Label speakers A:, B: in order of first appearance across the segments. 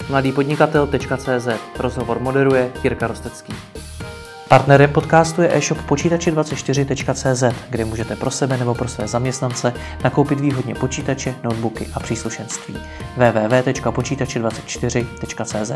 A: mladýpodnikatel.cz. Rozhovor moderuje Jirka Rostecký. Partnerem podcastu je e-shop počítači24.cz, kde můžete pro sebe nebo pro své zaměstnance nakoupit výhodně počítače, notebooky a příslušenství. www.počítači24.cz.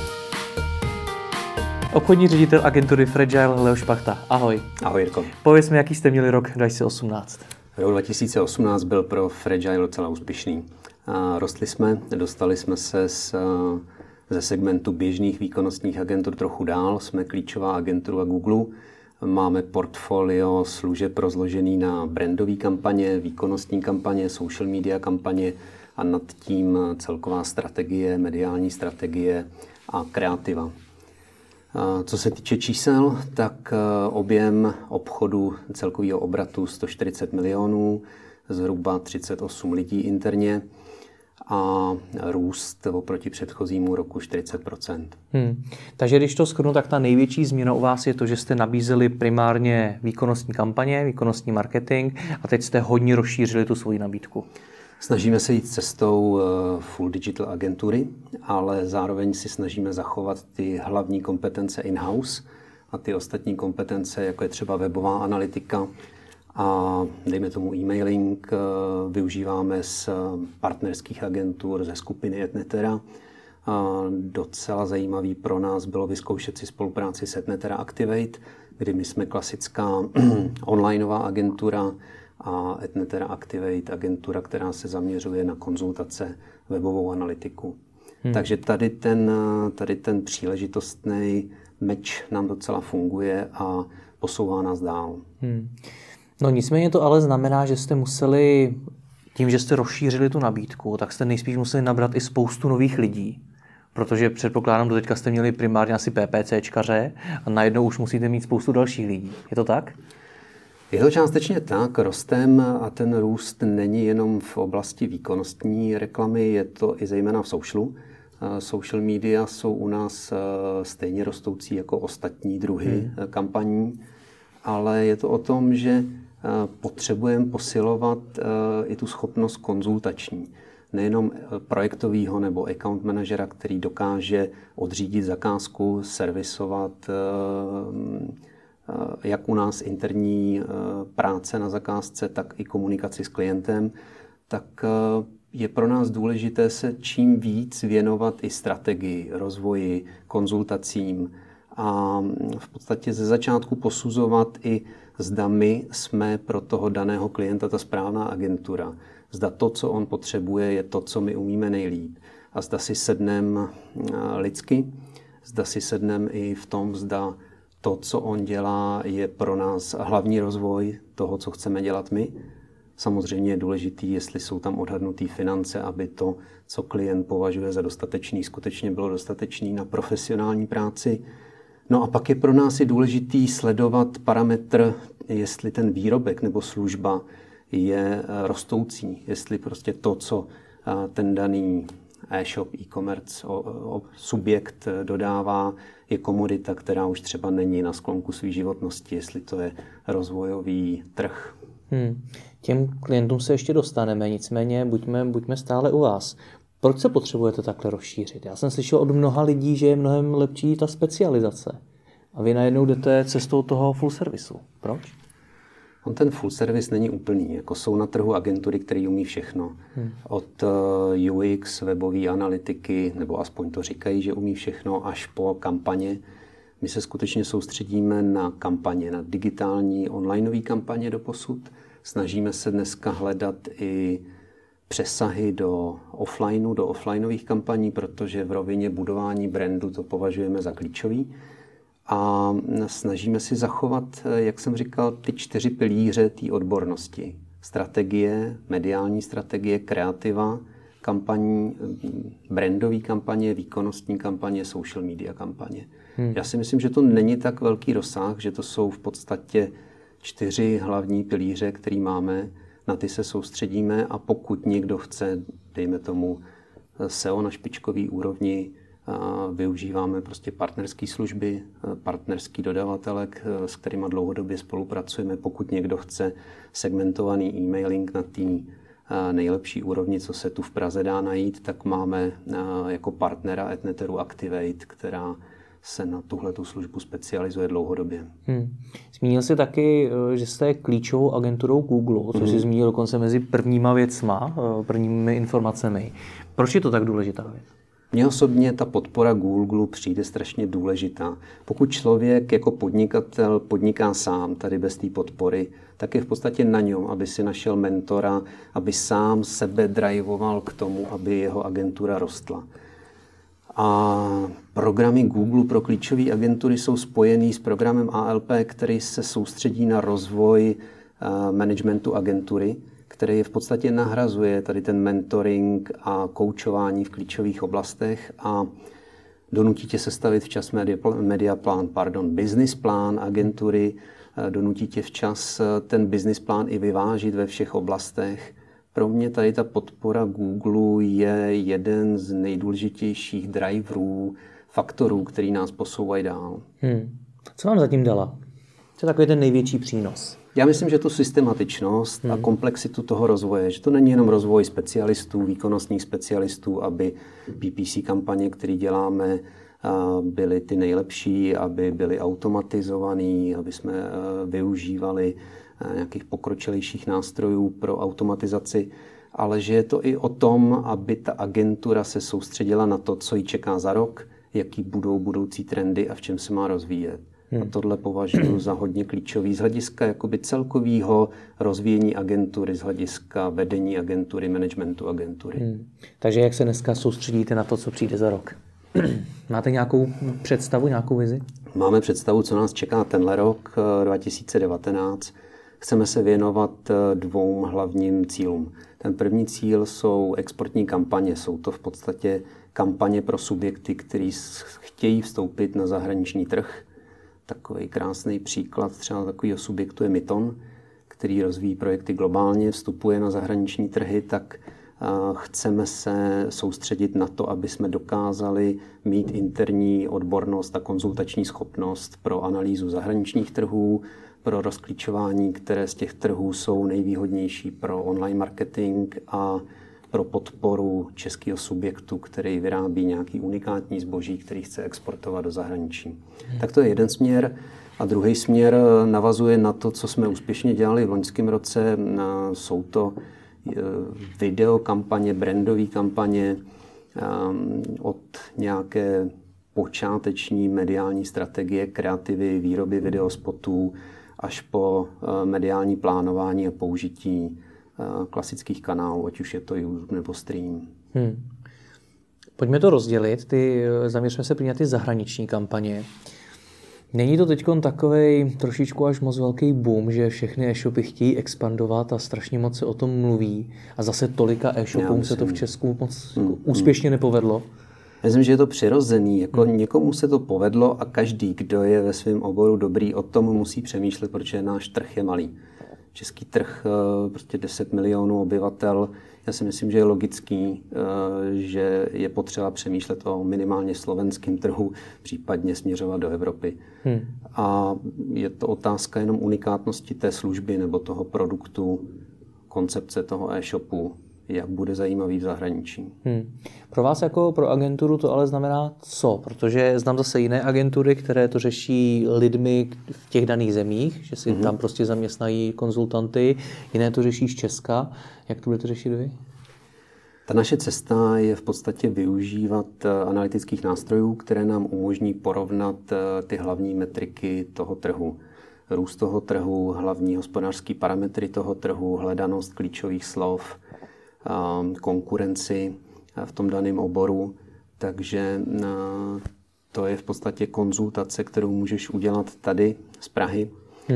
A: Obchodní ředitel agentury Fragile Leoš Pachta. Ahoj.
B: Ahoj, Jirko.
A: Pověz mi, jaký jste měli rok 2018.
B: Rok 2018 byl pro Fragile docela úspěšný. Rostli jsme, dostali jsme se ze segmentu běžných výkonnostních agentur trochu dál. Jsme klíčová agentura Google. Máme portfolio služeb rozložený na brandové kampaně, výkonnostní kampaně, social media kampaně a nad tím celková strategie, mediální strategie a kreativa. Co se týče čísel, tak objem obchodu celkového obratu 140 milionů, zhruba 38 lidí interně a růst oproti předchozímu roku 40%.
A: Takže když to shrnu, tak ta největší změna u vás je to, že jste nabízeli primárně výkonnostní kampaně, výkonnostní marketing a teď jste hodně rozšířili tu svoji nabídku.
B: Snažíme se jít cestou full digital agentury, ale zároveň si snažíme zachovat ty hlavní kompetence in-house a ty ostatní kompetence, jako je třeba webová analytika a dejme tomu e-mailing, využíváme z partnerských agentur ze skupiny Etnetera. Docela zajímavý pro nás bylo vyzkoušet si spolupráci s Etnetera Activate, kdy my jsme klasická onlineová agentura a Etnetera Activate agentura, která se zaměřuje na konzultace, webovou analytiku. Takže tady ten příležitostný match nám docela funguje a posouvá nás dál.
A: No nicméně to ale znamená, že jste museli, tím, že jste rozšířili tu nabídku, tak jste nejspíš museli nabrat i spoustu nových lidí. Protože předpokládám, doteďka jste měli primárně asi PPCčkaře a najednou už musíte mít spoustu dalších lidí. Je to tak?
B: Je to částečně tak, rostem a ten růst není jenom v oblasti výkonnostní reklamy, je to i zejména v socialu. Social media jsou u nás stejně rostoucí jako ostatní druhy kampaní, ale je to o tom, že potřebujeme posilovat i tu schopnost konzultační. Nejenom projektového nebo account manažera, který dokáže odřídit zakázku, servisovat jak u nás interní práce na zakázce, tak i komunikaci s klientem, tak je pro nás důležité se čím víc věnovat i strategii, rozvoji, konzultacím a v podstatě ze začátku posuzovat i zda my jsme pro toho daného klienta ta správná agentura. Zda to, co on potřebuje, je to, co my umíme nejlíp. A zda si sedneme lidsky, zda si sedneme i v tom, zda to, co on dělá, je pro nás hlavní rozvoj toho, co chceme dělat my. Samozřejmě je důležitý, jestli jsou tam odhadnuté finance, aby to, co klient považuje za dostatečný, skutečně bylo dostatečný na profesionální práci. No a pak je pro nás i důležitý sledovat parametr, jestli ten výrobek nebo služba je rostoucí, jestli prostě to, co ten daný e-shop, e-commerce subjekt dodává, je komodita, která už třeba není na sklonku své životnosti, jestli to je rozvojový trh.
A: Těm klientům se ještě dostaneme, nicméně buďme stále u vás. Proč se potřebujete takhle rozšířit? Já jsem slyšel od mnoha lidí, že je mnohem lepší ta specializace. A vy najednou jdete cestou toho full servisu. Proč?
B: On ten full service není úplný. Jako jsou na trhu agentury, které umí všechno. Od UX, webové analytiky, nebo aspoň to říkají, že umí všechno, až po kampaně. My se skutečně soustředíme na kampaně, na digitální onlineové kampaně doposud. Snažíme se dneska hledat i přesahy do offlineových kampaní, protože v rovině budování brandu to považujeme za klíčový. A snažíme si zachovat, jak jsem říkal, ty 4 pilíře té odbornosti. Strategie, mediální strategie, kreativa, kampaní, brandové kampaně, výkonnostní kampaně, social media kampaně. Já si myslím, že to není tak velký rozsah, že to jsou v podstatě 4 hlavní pilíře, které máme. Na ty se soustředíme a pokud někdo chce, dejme tomu SEO na špičkový úrovni, využíváme prostě partnerské služby, partnerský dodavatelek, s kterými dlouhodobě spolupracujeme. Pokud někdo chce segmentovaný e-mailing na té nejlepší úrovni, co se tu v Praze dá najít, tak máme jako partnera Etneteru Activate, která se na tuhletu službu specializuje dlouhodobě.
A: Zmínil jsi taky, že jste klíčovou agenturou Google, což jsi zmínil dokonce mezi prvníma věcma, prvními informacemi. Proč je to tak důležitá věc?
B: Mně osobně ta podpora Google přijde strašně důležitá. Pokud člověk jako podnikatel podniká sám tady bez té podpory, tak je v podstatě na něm, aby si našel mentora, aby sám sebe drivoval k tomu, aby jeho agentura rostla. A programy Google pro klíčové agentury jsou spojený s programem ALP, který se soustředí na rozvoj managementu agentury, který je v podstatě nahrazuje tady ten mentoring a koučování v klíčových oblastech a donutí tě sestavit včas business plán agentury, donutí tě včas ten business plán i vyvážit ve všech oblastech. Pro mě tady ta podpora Google je jeden z nejdůležitějších driverů, faktorů, který nás posouvají dál.
A: Co vám zatím dala? Co je takový ten největší přínos?
B: Já myslím, že tu systematičnost a komplexitu toho rozvoje, že to není jenom rozvoj specialistů, výkonnostních specialistů, aby PPC kampaně, které děláme, byly ty nejlepší, aby byly automatizovaný, aby jsme využívali nějakých pokročilejších nástrojů pro automatizaci, ale že je to i o tom, aby ta agentura se soustředila na to, co ji čeká za rok, jaký budou budoucí trendy a v čem se má rozvíjet. A tohle považuji za hodně klíčový z hlediska jakoby celkového rozvíjení agentury, z hlediska vedení agentury, managementu agentury.
A: Takže jak se dneska soustředíte na to, co přijde za rok? Máte nějakou představu, nějakou vizi?
B: Máme představu, co nás čeká tenhle rok 2019. Chceme se věnovat 2 hlavním cílům. Ten první cíl jsou exportní kampaně. Jsou to v podstatě kampaně pro subjekty, kteří chtějí vstoupit na zahraniční trh. Takový krásný příklad třeba takového subjektu je Myton, který rozvíjí projekty globálně, vstupuje na zahraniční trhy, tak chceme se soustředit na to, aby jsme dokázali mít interní odbornost a konzultační schopnost pro analýzu zahraničních trhů, pro rozklíčování, které z těch trhů jsou nejvýhodnější pro online marketing a pro podporu českého subjektu, který vyrábí nějaký unikátní zboží, který chce exportovat do zahraničí. Tak to je jeden směr. A druhý směr navazuje na to, co jsme úspěšně dělali v loňském roce. Jsou to videokampaně, brandové kampaně od nějaké počáteční mediální strategie, kreativy, výroby videospotů až po mediální plánování a použití klasických kanálů, ať už je to YouTube nebo stream.
A: Pojďme to rozdělit. Zaměřme se prvně na ty zahraniční kampaně. Není to teď takovej trošičku až moc velký boom, že všechny e-shopy chtějí expandovat a strašně moc se o tom mluví a zase tolika e-shopům se to v Česku moc úspěšně nepovedlo?
B: Myslím, že je to přirozený. Jako někomu se to povedlo a každý, kdo je ve svém oboru dobrý, o tom musí přemýšlet, protože náš trh je malý. Český trh, prostě 10 milionů obyvatel. Já si myslím, že je logický, že je potřeba přemýšlet o minimálně slovenském trhu, případně směřovat do Evropy. A je to otázka jenom unikátnosti té služby nebo toho produktu, koncepce toho e-shopu, jak bude zajímavý v zahraničí.
A: Pro vás jako pro agenturu to ale znamená co? Protože znám zase jiné agentury, které to řeší lidmi v těch daných zemích, že si tam prostě zaměstnají konzultanty, jiné to řeší z Česka. Jak to budete řešit vy?
B: Ta naše cesta je v podstatě využívat analytických nástrojů, které nám umožní porovnat ty hlavní metriky toho trhu. Růst toho trhu, hlavní hospodářské parametry toho trhu, hledanost klíčových slov, konkurenci v tom daném oboru. Takže to je v podstatě konzultace, kterou můžeš udělat tady z Prahy.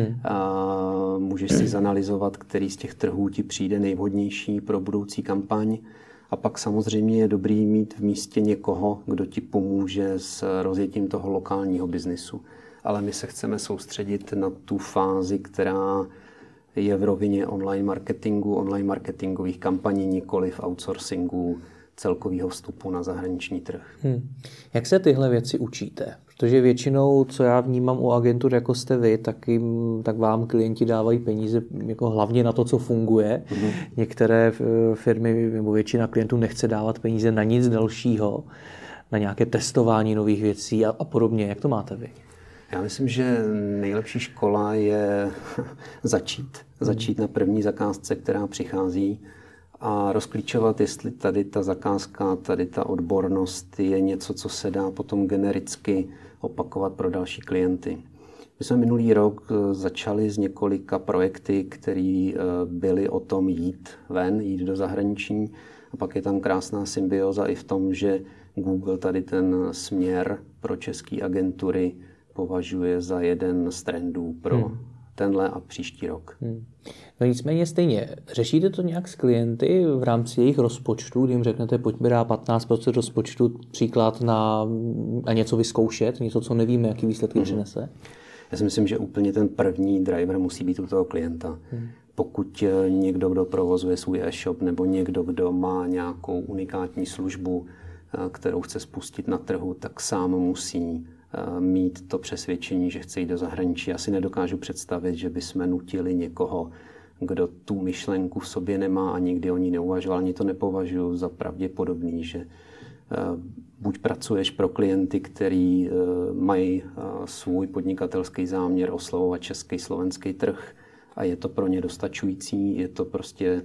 B: Můžeš si zanalyzovat, který z těch trhů ti přijde nejvhodnější pro budoucí kampaň. A pak samozřejmě je dobrý mít v místě někoho, kdo ti pomůže s rozjetím toho lokálního biznisu. Ale my se chceme soustředit na tu fázi, která je v rovině online marketingu, online marketingových kampaní, nikoli v outsourcingu celkového vstupu na zahraniční trh.
A: Jak se tyhle věci učíte? Protože většinou, co já vnímám u agentur, jako jste vy, tak vám klienti dávají peníze jako hlavně na to, co funguje. Některé firmy nebo většina klientů nechce dávat peníze na nic dalšího, na nějaké testování nových věcí a podobně. Jak to máte vy?
B: Já myslím, že nejlepší škola je začít na první zakázce, která přichází, a rozklíčovat, jestli tady ta zakázka, tady ta odbornost je něco, co se dá potom genericky opakovat pro další klienty. My jsme minulý rok začali s několika projekty, které byly o tom jít ven, jít do zahraničí. A pak je tam krásná symbioza i v tom, že Google tady ten směr pro české agentury považuje za jeden z trendů pro tenhle a příští rok.
A: No nicméně stejně, řešíte to nějak s klienty v rámci jejich rozpočtu, kdy jim řeknete, pojďme dát 15% rozpočtu příklad na něco vyzkoušet, něco, co nevíme, jaký výsledky přinese?
B: Já si myslím, že úplně ten první driver musí být u toho klienta. Pokud někdo, kdo provozuje svůj e-shop, nebo někdo, kdo má nějakou unikátní službu, kterou chce spustit na trhu, tak sám musí mít to přesvědčení, že chce jít do zahraničí. Já si nedokážu představit, že bychom nutili někoho, kdo tu myšlenku v sobě nemá a nikdy o ní neuvažoval. Ani to nepovažuji za pravděpodobný, že buď pracuješ pro klienty, který mají svůj podnikatelský záměr oslovovat český, slovenský trh a je to pro ně dostačující, je to prostě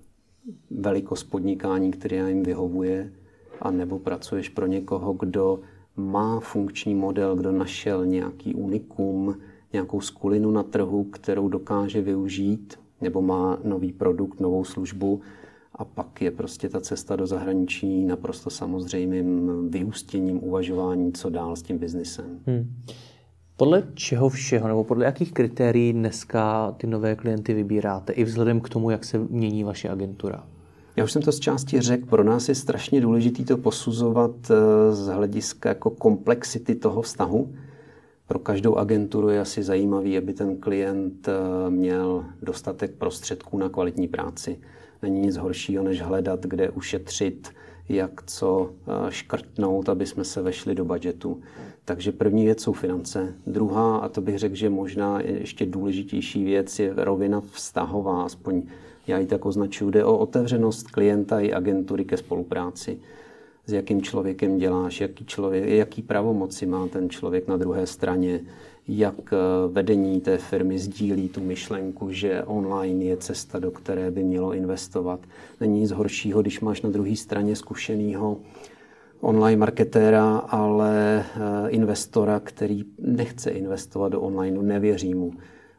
B: velikost podnikání, která jim vyhovuje, a nebo pracuješ pro někoho, kdo má funkční model, kdo našel nějaký unikum, nějakou skulinu na trhu, kterou dokáže využít, nebo má nový produkt, novou službu, a pak je prostě ta cesta do zahraničí naprosto samozřejmým vyústěním uvažování, co dál s tím biznisem.
A: Podle čeho všeho, nebo podle jakých kritérií dneska ty nové klienty vybíráte, i vzhledem k tomu, jak se mění vaše agentura?
B: Já už jsem to z části řekl, pro nás je strašně důležité to posuzovat z hlediska jako komplexity toho vztahu. Pro každou agenturu je asi zajímavý, aby ten klient měl dostatek prostředků na kvalitní práci. Není nic horšího, než hledat, kde ušetřit, jak co škrtnout, aby jsme se vešli do budžetu. Takže první věc jsou finance. Druhá, a to bych řekl, že možná ještě důležitější věc, je rovina vztahová, aspoň já ji tak označuju, jde o otevřenost klienta i agentury ke spolupráci. S jakým člověkem děláš, jaký pravomoci má ten člověk na druhé straně, jak vedení té firmy sdílí tu myšlenku, že online je cesta, do které by mělo investovat. Není nic horšího, když máš na druhé straně zkušenýho online marketéra, ale investora, který nechce investovat do onlineu, nevěří mu.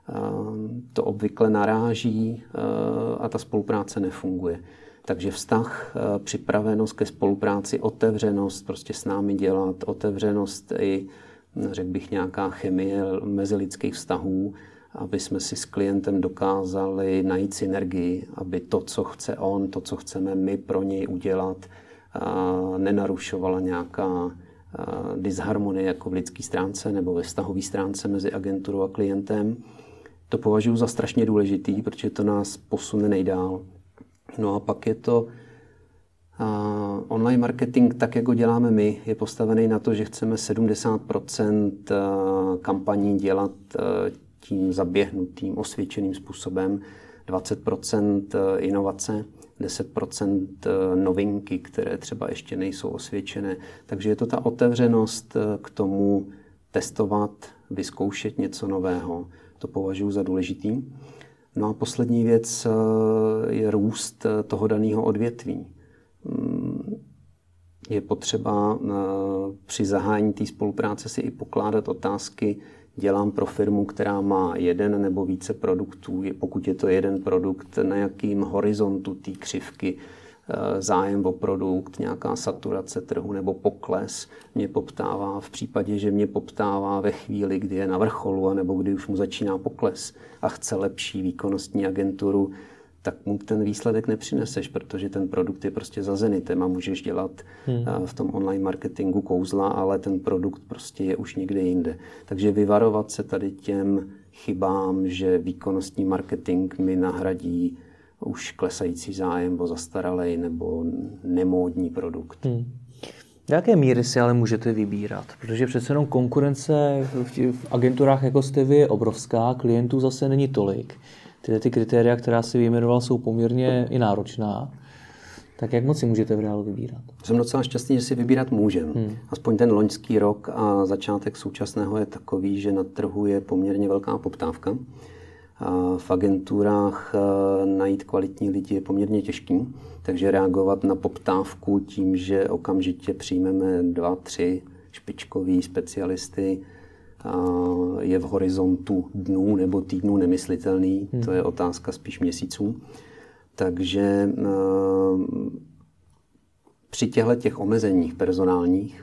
B: To obvykle naráží a ta spolupráce nefunguje. Takže vztah, připravenost ke spolupráci, otevřenost prostě s námi dělat, otevřenost i, řekl bych, nějaká chemie mezilidských vztahů, aby jsme si s klientem dokázali najít synergii, aby to, co chce on, to, co chceme my pro něj udělat, nenarušovala nějaká disharmonie jako v lidské stránce nebo ve vztahové stránce mezi agenturou a klientem. To považuji za strašně důležitý, protože to nás posune nejdál. No a pak je to online marketing, tak jak ho děláme my, je postavený na to, že chceme 70% kampaní dělat tím zaběhnutým, osvědčeným způsobem, 20% inovace, 10% novinky, které třeba ještě nejsou osvědčené. Takže je to ta otevřenost k tomu testovat, vyzkoušet něco nového. To považuji za důležitý. No a poslední věc je růst toho daného odvětví. Je potřeba při zahájení té spolupráce si i pokládat otázky, dělám pro firmu, která má jeden nebo více produktů, pokud je to jeden produkt, na jakým horizontu té křivky, zájem o produkt, nějaká saturace trhu nebo pokles mě poptává v případě, že mě poptává ve chvíli, kdy je na vrcholu nebo kdy už mu začíná pokles a chce lepší výkonnostní agenturu, tak mu ten výsledek nepřineseš, protože ten produkt je prostě za zenitem a můžeš dělat v tom online marketingu kouzla, ale ten produkt prostě je už někde jinde. Takže vyvarovat se tady těm chybám, že výkonnostní marketing mi nahradí už klesající zájem o zastaralej nebo nemódní produkt.
A: V jaké míry si ale můžete vybírat? Protože přece jenom konkurence v agenturách jako jste vy je obrovská, klientů zase není tolik. Ty kritéria, která si vyjmenoval, jsou poměrně i náročná. Tak jak moc si můžete v reálu vybírat?
B: Jsem docela šťastný, že si vybírat můžeme. Aspoň ten loňský rok a začátek současného je takový, že na trhu je poměrně velká poptávka. A v agenturách najít kvalitní lidi je poměrně těžký, takže reagovat na poptávku tím, že okamžitě přijmeme 2-3 špičkový specialisty, je v horizontu dnů nebo týdnů nemyslitelný. To je otázka spíš měsíců. Takže při těch omezeních personálních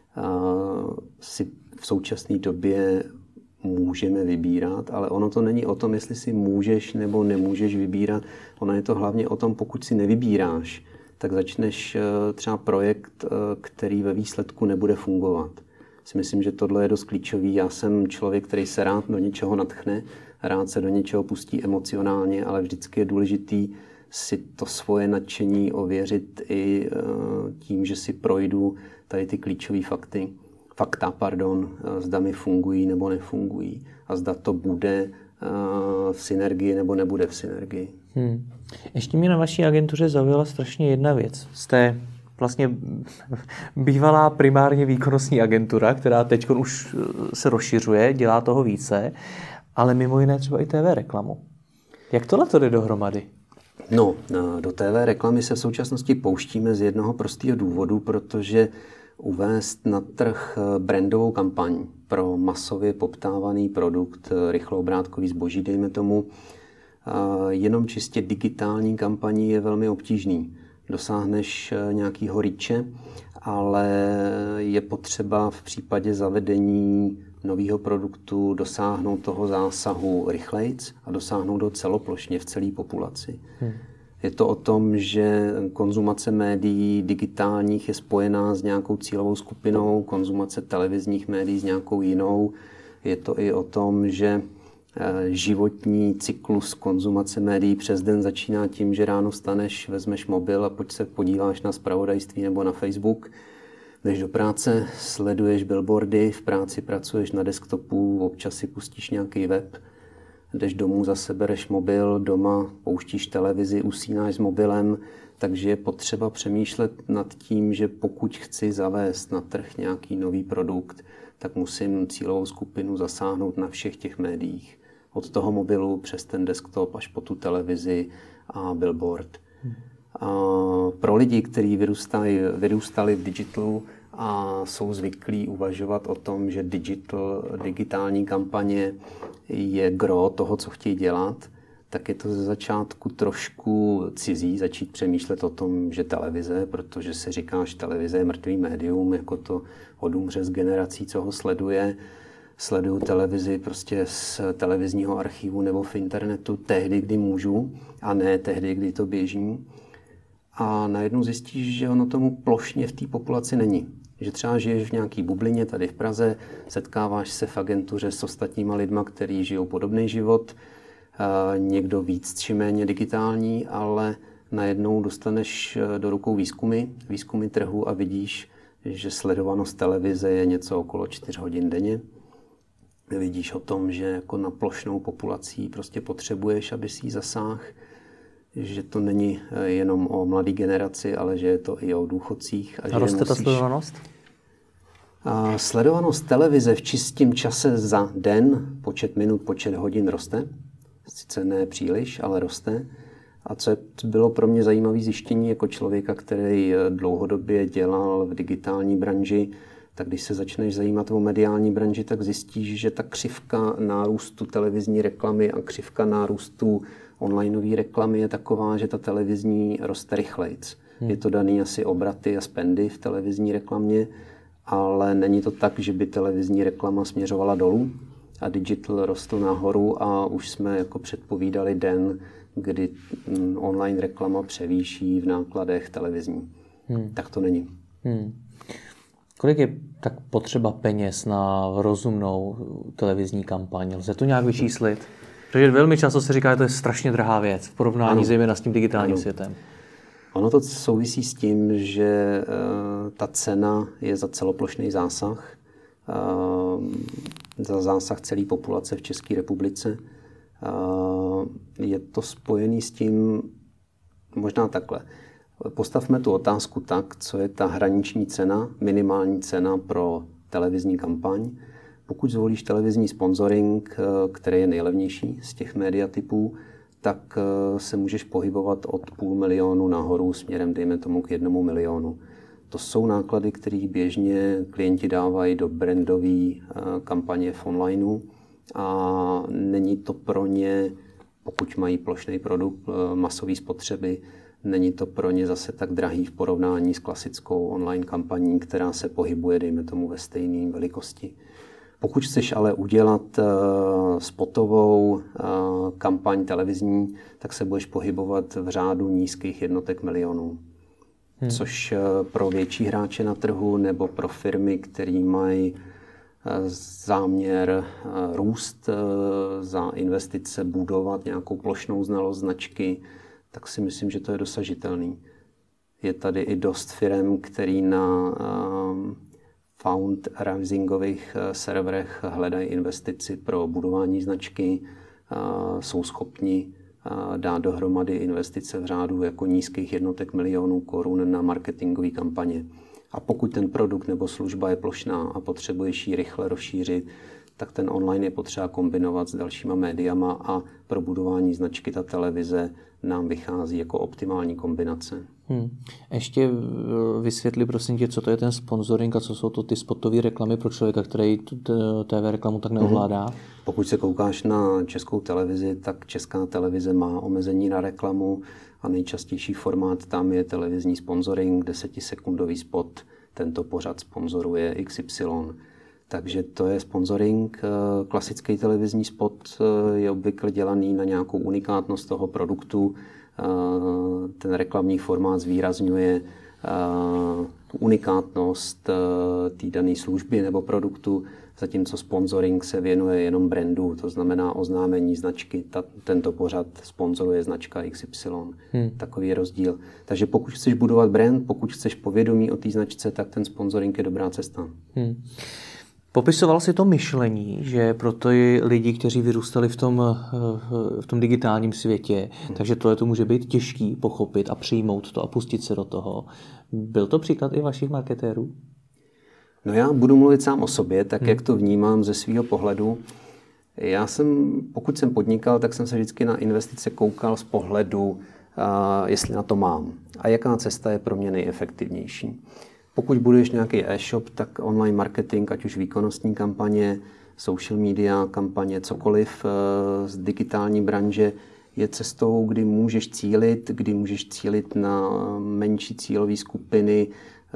B: si v současné době můžeme vybírat, ale ono to není o tom, jestli si můžeš nebo nemůžeš vybírat. Ono je to hlavně o tom, pokud si nevybíráš, tak začneš třeba projekt, který ve výsledku nebude fungovat. Si myslím, že tohle je dost klíčový. Já jsem člověk, který se rád do něčeho nadchne, rád se do něčeho pustí emocionálně, ale vždycky je důležitý si to svoje nadšení ověřit i tím, že si projdu tady ty klíčové fakta, zda mi fungují nebo nefungují a zda to bude v synergii nebo nebude v synergii.
A: Ještě mě na vaší agentuře zaujala strašně jedna věc. Jste vlastně bývalá primárně výkonnostní agentura, která teď už se rozšiřuje, dělá toho více, ale mimo jiné třeba i TV reklamu. Jak tohle to jde dohromady?
B: No, do TV reklamy se v současnosti pouštíme z jednoho prostého důvodu, protože uvést na trh brandovou kampaň pro masově poptávaný produkt, rychloobrátkový zboží, dejme tomu, jenom čistě digitální kampaní je velmi obtížný. Dosáhneš nějakýho reache, ale je potřeba v případě zavedení nového produktu dosáhnout toho zásahu rychlejc a dosáhnout ho celoplošně v celé populaci. Je to o tom, že konzumace médií digitálních je spojená s nějakou cílovou skupinou, konzumace televizních médií s nějakou jinou. Je to i o tom, že životní cyklus konzumace médií přes den začíná tím, že ráno vstaneš, vezmeš mobil a pojď se podíváš na zpravodajství nebo na Facebook. Jdeš do práce, sleduješ billboardy, v práci pracuješ na desktopu, občas si pustíš nějaký web, jdeš domů, zase bereš mobil, doma pouštíš televizi, usínáš s mobilem, takže je potřeba přemýšlet nad tím, že pokud chci zavést na trh nějaký nový produkt, tak musím cílovou skupinu zasáhnout na všech těch médiích. Od toho mobilu přes ten desktop až po tu televizi a billboard. A pro lidi, kteří vyrůstali v digitalu a jsou zvyklí uvažovat o tom, že digitální kampaně je gro toho, co chtějí dělat, tak je to ze začátku trošku cizí začít přemýšlet o tom, že televize, protože si říkáš, televize je mrtvý médium, jako to odumře z generací, co ho sleduju televizi prostě z televizního archivu nebo v internetu tehdy, kdy můžu, a ne tehdy, kdy to běží. A najednou zjistíš, že ono tomu plošně v té populaci není. Že třeba žiješ v nějaký bublině tady v Praze, setkáváš se v agentuře s ostatníma lidma, kteří žijou podobný život, někdo víc či méně digitální, ale najednou dostaneš do rukou výzkumy trhu a vidíš, že sledovanost televize je něco okolo 4 hodin denně. Vidíš o tom, že jako na plošnou populací prostě potřebuješ, aby si ji zasáhl, že to není jenom o mladé generaci, ale že je to i o důchodcích.
A: A roste ta sledovanost?
B: Sledovanost televize v čistém čase za den, počet minut, počet hodin roste. Sice ne příliš, ale roste. A co bylo pro mě zajímavé zjištění jako člověka, který dlouhodobě dělal v digitální branži, tak když se začneš zajímat o mediální branži, tak zjistíš, že ta křivka nárůstu televizní reklamy a křivka nárůstu onlineové reklamy je taková, že ta televizní roste rychlejc. Je to daný asi obraty a spendy v televizní reklamě, ale není to tak, že by televizní reklama směřovala dolů a digital rostl nahoru a už jsme jako předpovídali den, kdy online reklama převýší v nákladech televizní. Tak to není.
A: Kolik je tak potřeba peněz na rozumnou televizní kampaň? Lze to nějak vyčíslit? Protože velmi často se říká, že to je strašně drahá věc v porovnání zejména s tím digitálním světem.
B: Ono to souvisí s tím, že ta cena je za celoplošný zásah, za zásah celé populace v České republice. Je to spojený s tím, možná takhle. Postavme tu otázku tak, co je ta hraniční cena, minimální cena pro televizní kampaň. Pokud zvolíš televizní sponsoring, který je nejlevnější z těch mediatypů, tak se můžeš pohybovat od 500 000 nahoru směrem, dejme tomu, k 1 milionu. To jsou náklady, které běžně klienti dávají do brandové kampaně v onlineu a není to pro ně, pokud mají plošný produkt masové spotřeby, není to pro ně zase tak drahý v porovnání s klasickou online kampaní, která se pohybuje, dejme tomu, ve stejné velikosti. Pokud chceš ale udělat spotovou kampaň televizní, tak se budeš pohybovat v řádu nízkých jednotek milionů. Což pro větší hráče na trhu nebo pro firmy, které mají záměr růst za investice, budovat nějakou plošnou znalost značky, tak si myslím, že to je dosažitelný. Je tady i dost firem, který na fundraisingových serverech hledají investici pro budování značky, jsou schopni dát dohromady investice v řádu jako nízkých jednotek milionů korun na marketingové kampaně. A pokud ten produkt nebo služba je plošná a potřebuješ ji rychle rozšířit, tak ten online je potřeba kombinovat s dalšíma médiama a pro budování značky ta televize nám vychází jako optimální kombinace.
A: Ještě vysvětli, prosím tě, co to je ten sponsoring a co jsou to ty spotové reklamy pro člověka, který TV reklamu tak neovládá?
B: Pokud se koukáš na Českou televizi, tak Česká televize má omezení na reklamu a nejčastější formát tam je televizní sponsoring, 10sekundový spot. Tento pořad sponzoruje XY. Takže to je sponsoring. Klasický televizní spot je obvykle dělaný na nějakou unikátnost toho produktu. Ten reklamní formát zvýrazňuje tu unikátnost té dané služby nebo produktu, zatímco sponsoring se věnuje jenom brandu, to znamená oznámení značky. Tento pořad sponzoruje značka XY. Takový je rozdíl. Takže pokud chceš budovat brand, pokud chceš povědomí o té značce, tak ten sponsoring je dobrá cesta.
A: Popisoval si to myšlení, že pro ty lidi, kteří vyrůstali v tom digitálním světě, takže tohle to může být těžký pochopit a přijmout to a pustit se do toho. Byl to příklad i vašich marketérů?
B: No já budu mluvit sám o sobě, tak jak to vnímám ze svého pohledu. Pokud jsem podnikal, tak jsem se vždycky na investice koukal z pohledu, jestli na to mám a jaká cesta je pro mě nejefektivnější. Pokud budeš nějaký e-shop, tak online marketing, ať už výkonnostní kampaně, social media kampaně, cokoliv z digitální branže, je cestou, kdy můžeš cílit na menší cílové skupiny,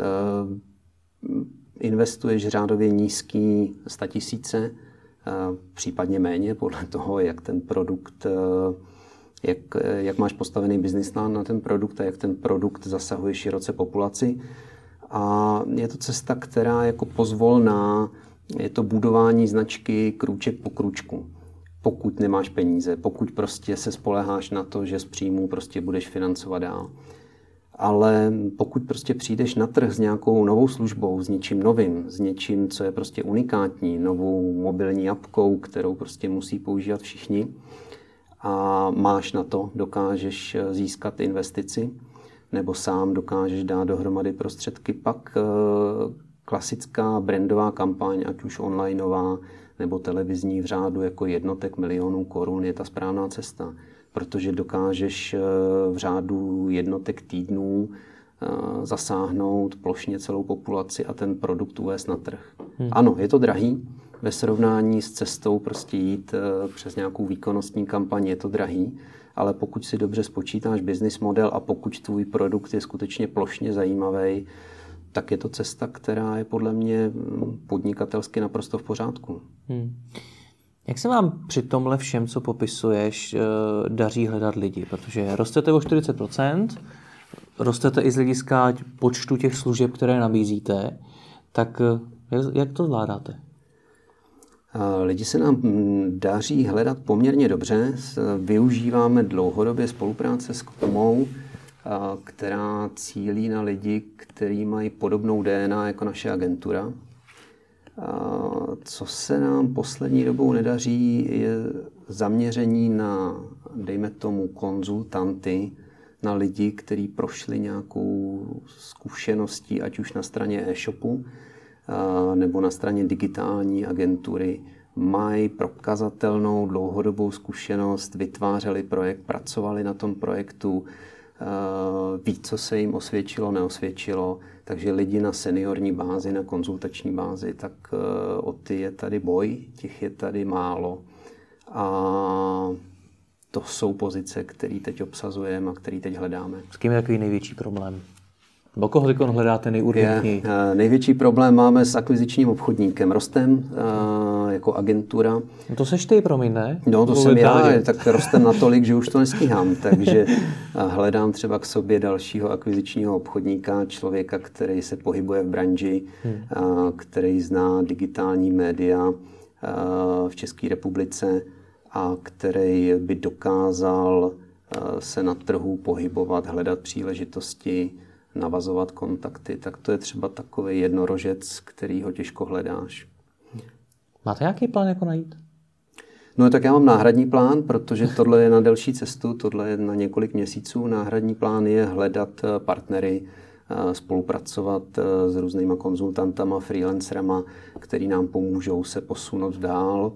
B: investuješ řádově nízký 100 000, případně méně, podle toho, jak ten produkt, jak máš postavený business plán na ten produkt a jak ten produkt zasahuje široce populaci. A je to cesta, která jako pozvolná, je to budování značky krůček po krůčku. Pokud nemáš peníze, pokud prostě se spoléháš na to, že z příjmů prostě budeš financovat dál. Ale pokud prostě přijdeš na trh s nějakou novou službou, s něčím novým, s něčím, co je prostě unikátní, novou mobilní apkou, kterou prostě musí používat všichni a máš na to, dokážeš získat investici, nebo sám dokážeš dát dohromady prostředky, pak klasická brandová kampaň, ať už onlineová nebo televizní v řádu jako jednotek milionů korun je ta správná cesta, protože dokážeš v řádu jednotek týdnů zasáhnout plošně celou populaci a ten produkt uvést na trh. Ano, je to drahý, ve srovnání s cestou prostě jít přes nějakou výkonnostní kampaň je to drahý, ale pokud si dobře spočítáš business model a pokud tvůj produkt je skutečně plošně zajímavý, tak je to cesta, která je podle mě podnikatelsky naprosto v pořádku.
A: Jak se vám při tomhle všem, co popisuješ, daří hledat lidi? Protože rostete o 40%, rostete i z hlediska počtu těch služeb, které nabízíte, tak jak to zvládáte?
B: Lidi se nám daří hledat poměrně dobře. Využíváme dlouhodobě spolupráce s Komou, která cílí na lidi, kteří mají podobnou DNA jako naše agentura. Co se nám poslední dobou nedaří, je zaměření na, dejme tomu, konzultanty, na lidi, kteří prošli nějakou zkušeností, ať už na straně e-shopu, nebo na straně digitální agentury, mají prokazatelnou dlouhodobou zkušenost, vytvářeli projekt, pracovali na tom projektu, ví, co se jim osvědčilo, neosvědčilo, takže lidi na seniorní bázi, na konzultační bázi, tak o ty je tady boj, těch je tady málo. A to jsou pozice, které teď obsazujeme a které teď hledáme.
A: S kým je takový největší problém? Bo koho teď hledáte nejurgentněji?
B: Největší problém máme s akvizičním obchodníkem Rostem jako agentura.
A: No to seš ty, promiň, ne?
B: No to jsem já, tak rostem natolik, že už to nestíhám. Takže hledám třeba k sobě dalšího akvizičního obchodníka, člověka, který se pohybuje v branži, který zná digitální média v České republice a který by dokázal se na trhu pohybovat, hledat příležitosti, navazovat kontakty, tak to je třeba takový jednorožec, který ho těžko hledáš.
A: Máte nějaký plán, jako najít?
B: No tak já mám náhradní plán, protože tohle je na delší cestu, tohle je na několik měsíců. Náhradní plán je hledat partnery, spolupracovat s různýma konzultantama, freelancerama, který nám pomůžou se posunout dál.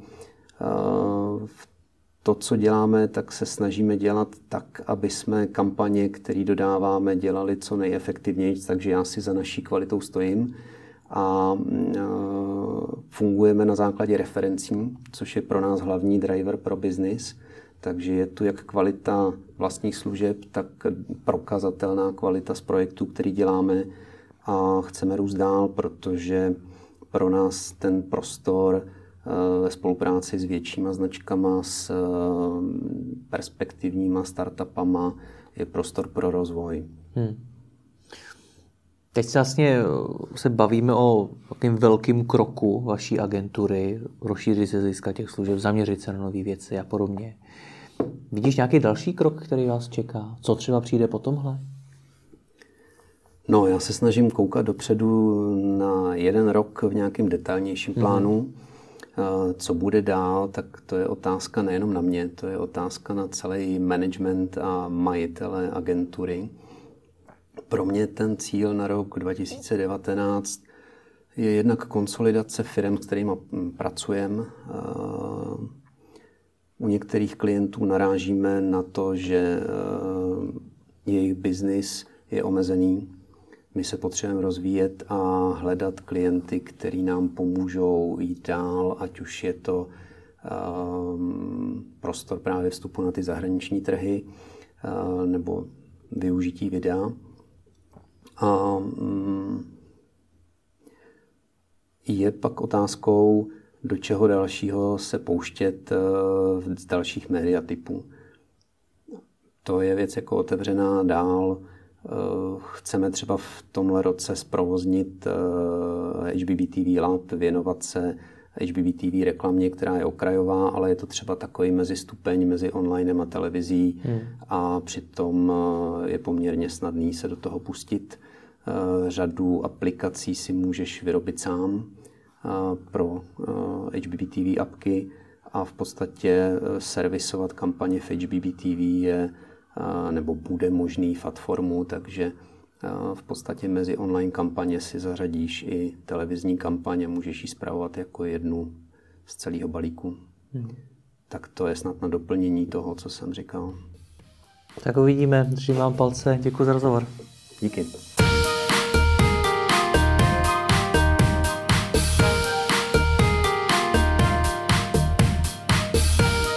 B: To, co děláme, tak se snažíme dělat tak, aby jsme kampaně, které dodáváme, dělali co nejefektivněji, takže já si za naší kvalitou stojím a fungujeme na základě referencí, což je pro nás hlavní driver pro biznis. Takže je tu jak kvalita vlastních služeb, tak prokazatelná kvalita z projektů, který děláme a chceme růst dál, protože pro nás ten prostor ve spolupráci s většíma značkama, s perspektivníma startupama je prostor pro rozvoj.
A: Teď se bavíme o takovým velkým kroku vaší agentury, rozšířit se z hlediska těch služeb, zaměřit se na nové věci a podobně. Vidíš nějaký další krok, který vás čeká? Co třeba přijde po tomhle?
B: No, já se snažím koukat dopředu na 1 rok v nějakém detailnějším plánu. Co bude dál, tak to je otázka nejenom na mě, to je otázka na celý management a majitele agentury. Pro mě ten cíl na rok 2019 je jednak konsolidace firem, s kterými pracujeme. U některých klientů narážíme na to, že jejich biznis je omezený. My se potřebujeme rozvíjet a hledat klienty, kteří nám pomůžou jít dál, ať už je to prostor právě vstupu na ty zahraniční trhy nebo využití videa. A je pak otázkou, do čeho dalšího se pouštět z dalších médiatypů. To je věc jako otevřená dál. Chceme třeba v tomhle roce zprovoznit HBB TV Lab, věnovat se HBB TV reklamě, která je okrajová, ale je to třeba takový mezistupeň mezi onlinem a televizí a přitom je poměrně snadný se do toho pustit. Řadu aplikací si můžeš vyrobit sám pro HBB TV apky a v podstatě servisovat kampaně v HBB TV je nebo bude možný v Adformu, takže v podstatě mezi online kampaně si zařadíš i televizní kampaně, můžeš ji spravovat jako jednu z celého balíku. Tak to je snad na doplnění toho, co jsem říkal.
A: Tak uvidíme, držím vám palce, děkuji za rozhovor.
B: Díky.